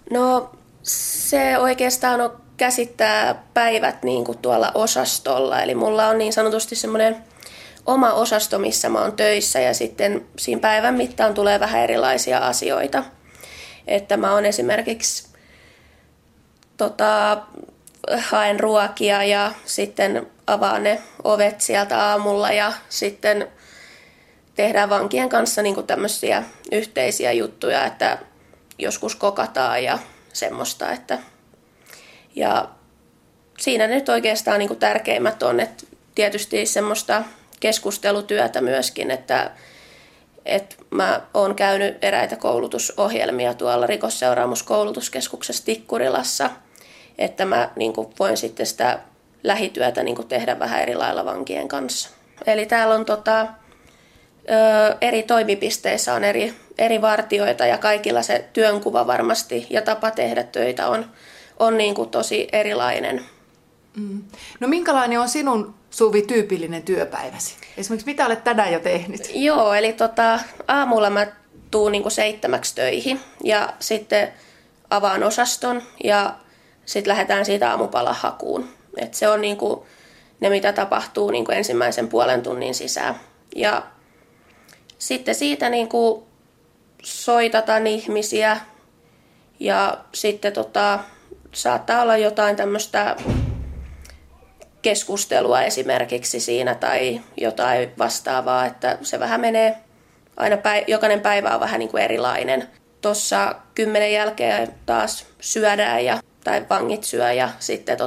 No se oikeastaan käsittää päivät niin kuin tuolla osastolla. Eli mulla on niin sanotusti semmoinen oma osasto, missä mä oon töissä ja sitten siinä päivän mittaan tulee vähän erilaisia asioita. Että mä oon esimerkiksi haen ruokia ja sitten avaan ne ovet sieltä aamulla ja sitten tehdään vankien kanssa niin kuin tämmöisiä yhteisiä juttuja, että joskus kokataan ja semmoista. Ja siinä nyt oikeastaan niin kuin tärkeimmät on, että tietysti semmoista keskustelutyötä myöskin, että mä oon käynyt eräitä koulutusohjelmia tuolla Rikosseuraamuskoulutuskeskuksessa Tikkurilassa, että mä niin kuin voin sitten sitä lähityötä niin kuin tehdä vähän eri lailla vankien kanssa. Eli täällä on eri toimipisteissä on eri vartioita ja kaikilla se työnkuva varmasti ja tapa tehdä töitä on niin kuin tosi erilainen. No minkälainen on sinun, Suvi, tyypillinen työpäiväsi? Esimerkiksi mitä olet tänään jo tehnyt? Joo, eli aamulla mä tuun niin kuin 7 töihin ja sitten avaan osaston ja sitten lähdetään siitä aamupalahakuun. Et se on niin kuin ne, mitä tapahtuu niin kuin ensimmäisen puolen tunnin sisään. Ja sitten siitä niin kuin soitataan ihmisiä ja sitten saattaa olla jotain tämmöistä keskustelua esimerkiksi siinä tai jotain vastaavaa, että se vähän menee, aina jokainen päivä on vähän niin kuin erilainen. Tuossa 10 jälkeen taas syödään tai vangit syö ja sitten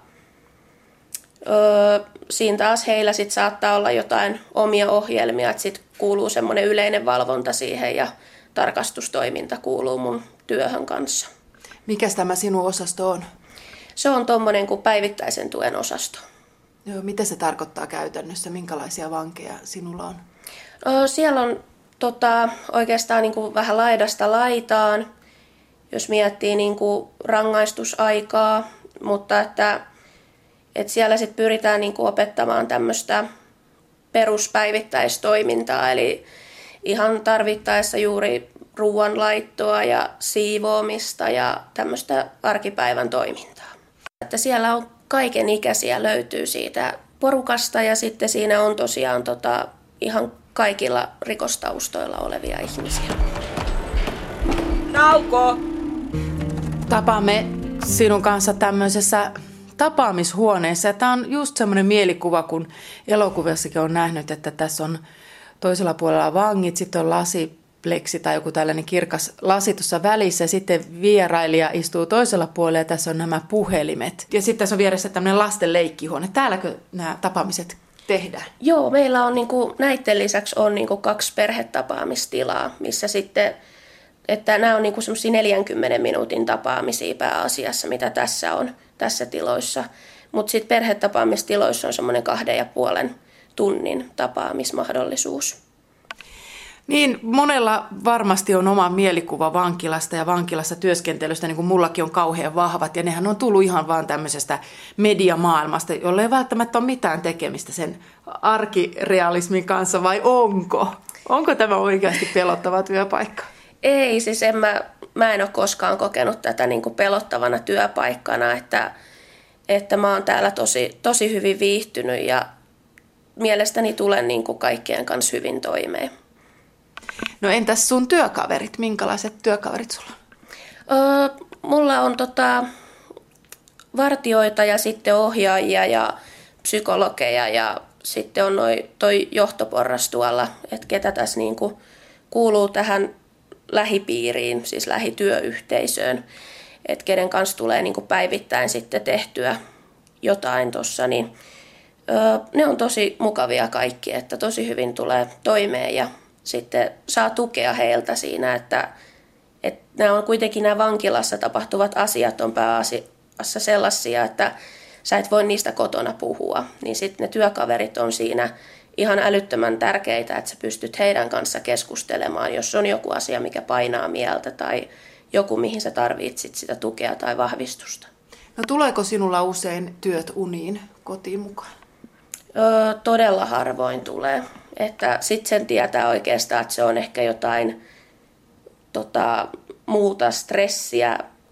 siinä taas heillä sit saattaa olla jotain omia ohjelmia, että sitten kuuluu semmoinen yleinen valvonta siihen ja tarkastustoiminta kuuluu mun työhön kanssa. Mikäs tämä sinun osasto on? Se on tuommoinen kuin päivittäisen tuen osasto. Joo, mitä se tarkoittaa käytännössä? Minkälaisia vankeja sinulla on? Siellä on oikeastaan niin kuin vähän laidasta laitaan, jos miettii niin kuin rangaistusaikaa, mutta että siellä sit pyritään niin kuin opettamaan tämmöistä peruspäivittäistoimintaa, eli ihan tarvittaessa juuri ruoanlaittoa ja siivoamista ja tämmöistä arkipäivän toimintaa. Että siellä on kaiken ikäisiä löytyy siitä porukasta ja sitten siinä on tosiaan ihan kaikilla rikostaustoilla olevia ihmisiä. Nauko! Tapaamme sinun kanssa tämmöisessä tapaamishuoneessa. Tämä on just semmoinen mielikuva, kun elokuvassakin on nähnyt, että tässä on toisella puolella vangit, sitten on lasipleksi tai joku tällainen kirkas lasi tuossa välissä ja sitten vierailija istuu toisella puolella ja tässä on nämä puhelimet. Ja sitten tässä on vieressä tämmöinen lasten leikkihuone. Täälläkö nämä tapaamiset tehdään? Joo, meillä on näiden lisäksi on 2 perhetapaamistilaa, missä sitten, että nämä on semmoisia 40 minuutin tapaamisia pääasiassa, mitä tässä on, tässä tiloissa. Mutta sitten perhetapaamistiloissa on semmoinen 2,5 tunnin tapaamismahdollisuus. Niin, monella varmasti on oma mielikuva vankilasta ja vankilassa työskentelystä, niin kuin mullakin on kauhean vahvat. Ja nehän on tullut ihan vaan tämmöisestä mediamaailmasta, jolla ei välttämättä ole mitään tekemistä sen arkirealismin kanssa, vai onko? Onko tämä oikeasti pelottava työpaikka? Ei, siis mä en ole koskaan kokenut tätä niin kuin pelottavana työpaikkana, että mä oon täällä tosi hyvin viihtynyt ja mielestäni tulen niin kuin kaikkien kanssa hyvin toimeen. No entäs sun työkaverit? Minkälaiset työkaverit sulla on? Mulla on vartioita ja sitten ohjaajia ja psykologeja ja sitten on toi johtoporras tuolla, että ketä tässä niin kuin kuuluu tähän lähipiiriin, siis lähityöyhteisöön, että kenen kanssa tulee niin kuin päivittäin sitten tehtyä jotain tuossa, niin ne on tosi mukavia kaikki, että tosi hyvin tulee toimeen ja sitten saa tukea heiltä siinä, että nämä on kuitenkin nämä vankilassa tapahtuvat asiat on pääasiassa sellaisia, että sä et voi niistä kotona puhua, niin sitten ne työkaverit on siinä ihan älyttömän tärkeitä, että sä pystyt heidän kanssa keskustelemaan, jos on joku asia, mikä painaa mieltä tai joku, mihin sä tarvitset sitä tukea tai vahvistusta. No tuleeko sinulla usein työt uniin kotiin mukaan? Todella harvoin tulee. Että sitten sen tietää oikeastaan, että se on ehkä jotain muuta stressiä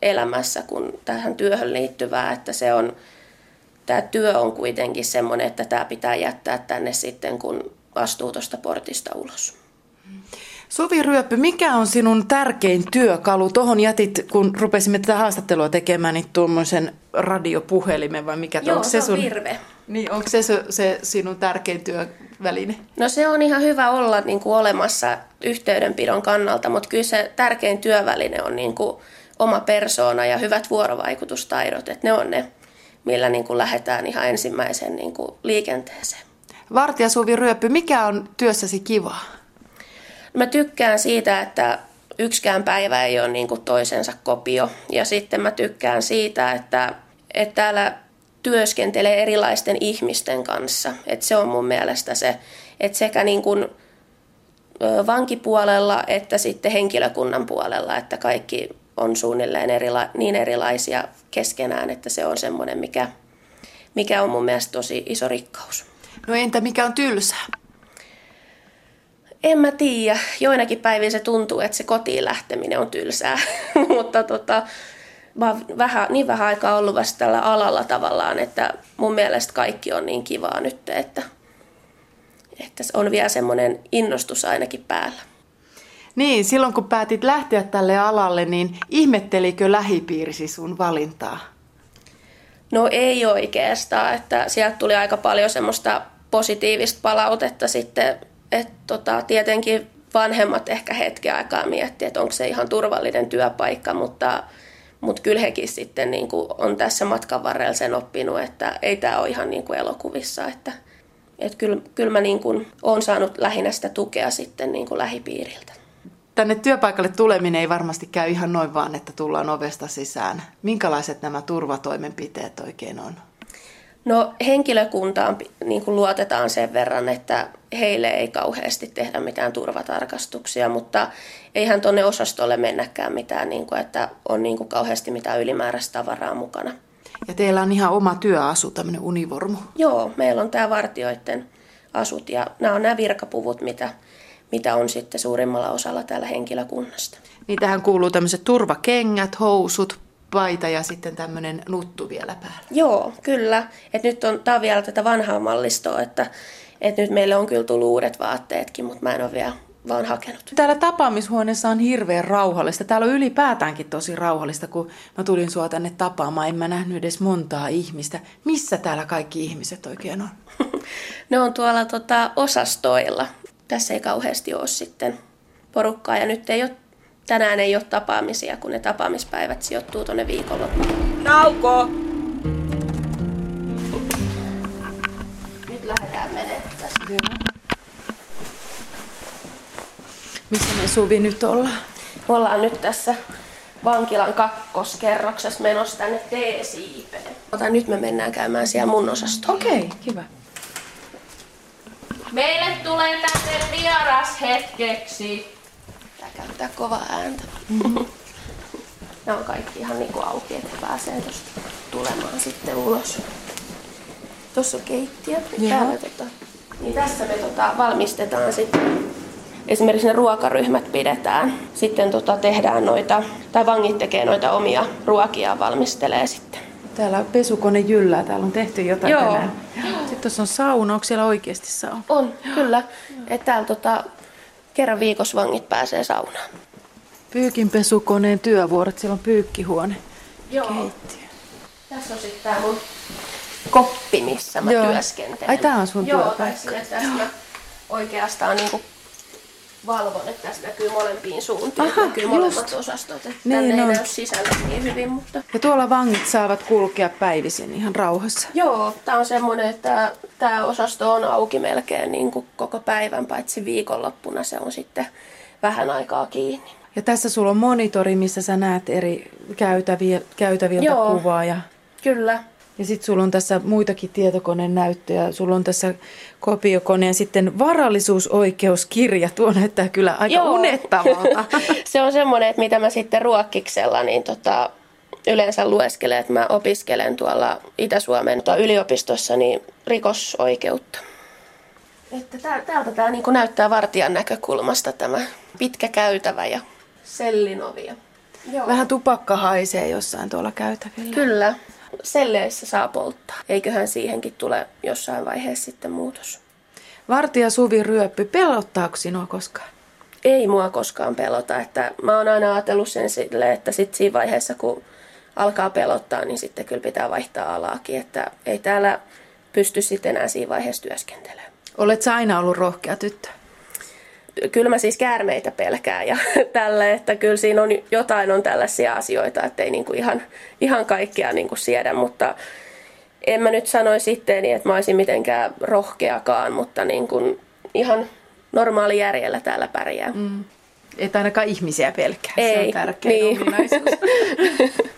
elämässä kuin tähän työhön liittyvää, että tämä työ on kuitenkin semmoinen, että tämä pitää jättää tänne sitten, kun astuu tuosta portista ulos. Suvi Ryöppy, mikä on sinun tärkein työkalu? Tuohon jätit, kun rupesimme tätä haastattelua tekemään, niin tuommoisen radiopuhelimen vai mikä? Joo, se on virve. Niin, onko se sinun tärkein työväline? No se on ihan hyvä olla niin kuin olemassa yhteydenpidon kannalta, mutta kyllä se tärkein työväline on niin kuin oma persoona ja hyvät vuorovaikutustaidot. Että ne on ne, millä niin kuin lähdetään ihan ensimmäisen niin kuin liikenteeseen. Vartija Suvi Ryöppy, mikä on työssäsi kivaa? Mä tykkään siitä, että yksikään päivä ei ole niin kuin toisensa kopio. Ja sitten mä tykkään siitä, että täällä työskentelee erilaisten ihmisten kanssa. Että se on mun mielestä se, että sekä niin kuin vankipuolella että sitten henkilökunnan puolella, että kaikki on suunnilleen niin erilaisia keskenään, että se on semmoinen, mikä on mun mielestä tosi iso rikkaus. No entä mikä on tylsää? En mä tiedä. Joinakin päivinä se tuntuu, että se kotiin lähteminen on tylsää, mutta mä oon niin vähän aikaa ollut vasta tällä alalla tavallaan, että mun mielestä kaikki on niin kivaa nyt, että on vielä semmoinen innostus ainakin päällä. Niin, silloin kun päätit lähteä tälle alalle, niin ihmettelikö lähipiirisi sun valintaa? No ei oikeastaan, että sieltä tuli aika paljon semmoista positiivista palautetta sitten, että tietenkin vanhemmat ehkä hetken aikaa miettii, että onko se ihan turvallinen työpaikka, mutta kyllä hekin sitten niin kuin on tässä matkan varrella sen oppinut, että ei tämä ole ihan niin kuin elokuvissa, että kyllä mä niin kuin olen saanut lähinnä sitä tukea sitten niin kuin lähipiiriltä. Tänne työpaikalle tuleminen ei varmasti käy ihan noin vaan, että tullaan ovesta sisään. Minkälaiset nämä turvatoimenpiteet oikein on? No henkilökuntaan niin kuin luotetaan sen verran, että heille ei kauheasti tehdä mitään turvatarkastuksia, mutta eihän tuonne osastolle mennäkään mitään, niin kuin, että on niin kuin kauheasti mitään ylimääräistä tavaraa mukana. Ja teillä on ihan oma työasu, tämmöinen univormu. Joo, meillä on tämä vartijoiden asut ja nämä on nämä virkapuvut, mitä on sitten suurimmalla osalla täällä henkilökunnasta. Niin tähän kuuluu tämmöiset turvakengät, housut, paita ja sitten tämmöinen nuttu vielä päällä. Joo, kyllä. Tämä on vielä tätä vanhaa mallistoa, että nyt meille on kyllä tullut uudet vaatteetkin, mutta mä en ole vielä vaan hakenut. Täällä tapaamishuoneessa on hirveän rauhallista. Täällä on ylipäätäänkin tosi rauhallista, kun mä tulin sua tänne tapaamaan. En mä nähnyt edes montaa ihmistä. Missä täällä kaikki ihmiset oikein on? Ne on tuolla osastoilla. Tässä ei kauheasti ole sitten porukkaa ja nyt tänään ei ole tapaamisia, kun ne tapaamispäivät sijoittuu tuonne viikonloppuun. Nauko! Nyt lähdetään menemään tästä. Missä me Suvi nyt ollaan? Me ollaan nyt tässä vankilan kakkoskerroksessa menossa tänne T-siipeen. Nyt me mennään käymään siellä mun osastolla. Okei, kiva. Meille tulee tänne vieras hetkeksi. Tää käyttää kovaa ääntä. Mm-hmm. Nämä on kaikki ihan niin kuin auki, että pääsee tuosta tulemaan sitten ulos. Tuossa on keittiö. Niin tässä me valmistetaan sitten. Esimerkiksi ne ruokaryhmät pidetään. Sitten tehdään vangit tekee noita omia ruokia valmistelee sitten. Täällä pesukone jyllää, täällä on tehty jotain tänään. Sitten tuossa on sauna, onko siellä oikeasti sauna? On, kyllä. Että täällä kerran viikossa vangit pääsee saunaan. Pyykinpesukoneen työvuorot, siellä on pyykkihuone. Joo. Keittiö. Tässä on sitten tää mun koppi, missä mä työskentelen. Ai tää on sun työpaikka. Joo, tässä mä oikeastaan niinku valvon, että tässä näkyy molempiin suuntiin. Aha, näkyy molemmat osastot. Tänne niin ei näy sisällä niin hyvin. Mutta... Ja tuolla vangit saavat kulkea päivisin ihan rauhassa. Joo, tää on semmoinen, että tää osasto on auki melkein niin kuin koko päivän, paitsi viikonloppuna se on sitten vähän aikaa kiinni. Ja tässä sulla on monitori, missä sä näet eri käytäviltä kuvaa. Ja... Kyllä. Ja sitten sulla on tässä muitakin tietokoneen näyttöjä. Sulla on tässä kopiokone ja sitten varallisuusoikeuskirja. Tuo näyttää kyllä aika unettavalta. Se on semmoinen, että mitä mä sitten ruokkiksella niin yleensä lueskelen, että mä opiskelen tuolla Itä-Suomen yliopistossa niin rikosoikeutta. Että täältä tämä näyttää vartijan näkökulmasta tämä pitkä käytävä ja sellinovia. Joo. Vähän tupakka haisee jossain tuolla käytävillä. Kyllä. Selleissä saa polttaa. Eiköhän siihenkin tule jossain vaiheessa sitten muutos. Vartija Suvi Ryöppy, pelottaako sinua koskaan? Ei mua koskaan pelota. Että mä oon aina ajatellut sen silleen, että sit siinä vaiheessa kun alkaa pelottaa, niin sitten kyllä pitää vaihtaa alaakin. Että ei täällä pysty sitten enää siinä vaiheessa työskentelemään. Olet sä aina ollut rohkea tyttö? Kyllä mä siis käärmeitä pelkään ja tälle, että kyllä siinä on jotain on tällaisia asioita, että ei niinku ihan kaikkea niinku siedä, mutta en mä nyt sanoisi itteeni, että mä olisin mitenkään rohkeakaan, mutta niinku ihan normaali järjellä täällä pärjää. Et ainakaan ihmisiä pelkää, ei, se on tärkeä niin. ominaisuus.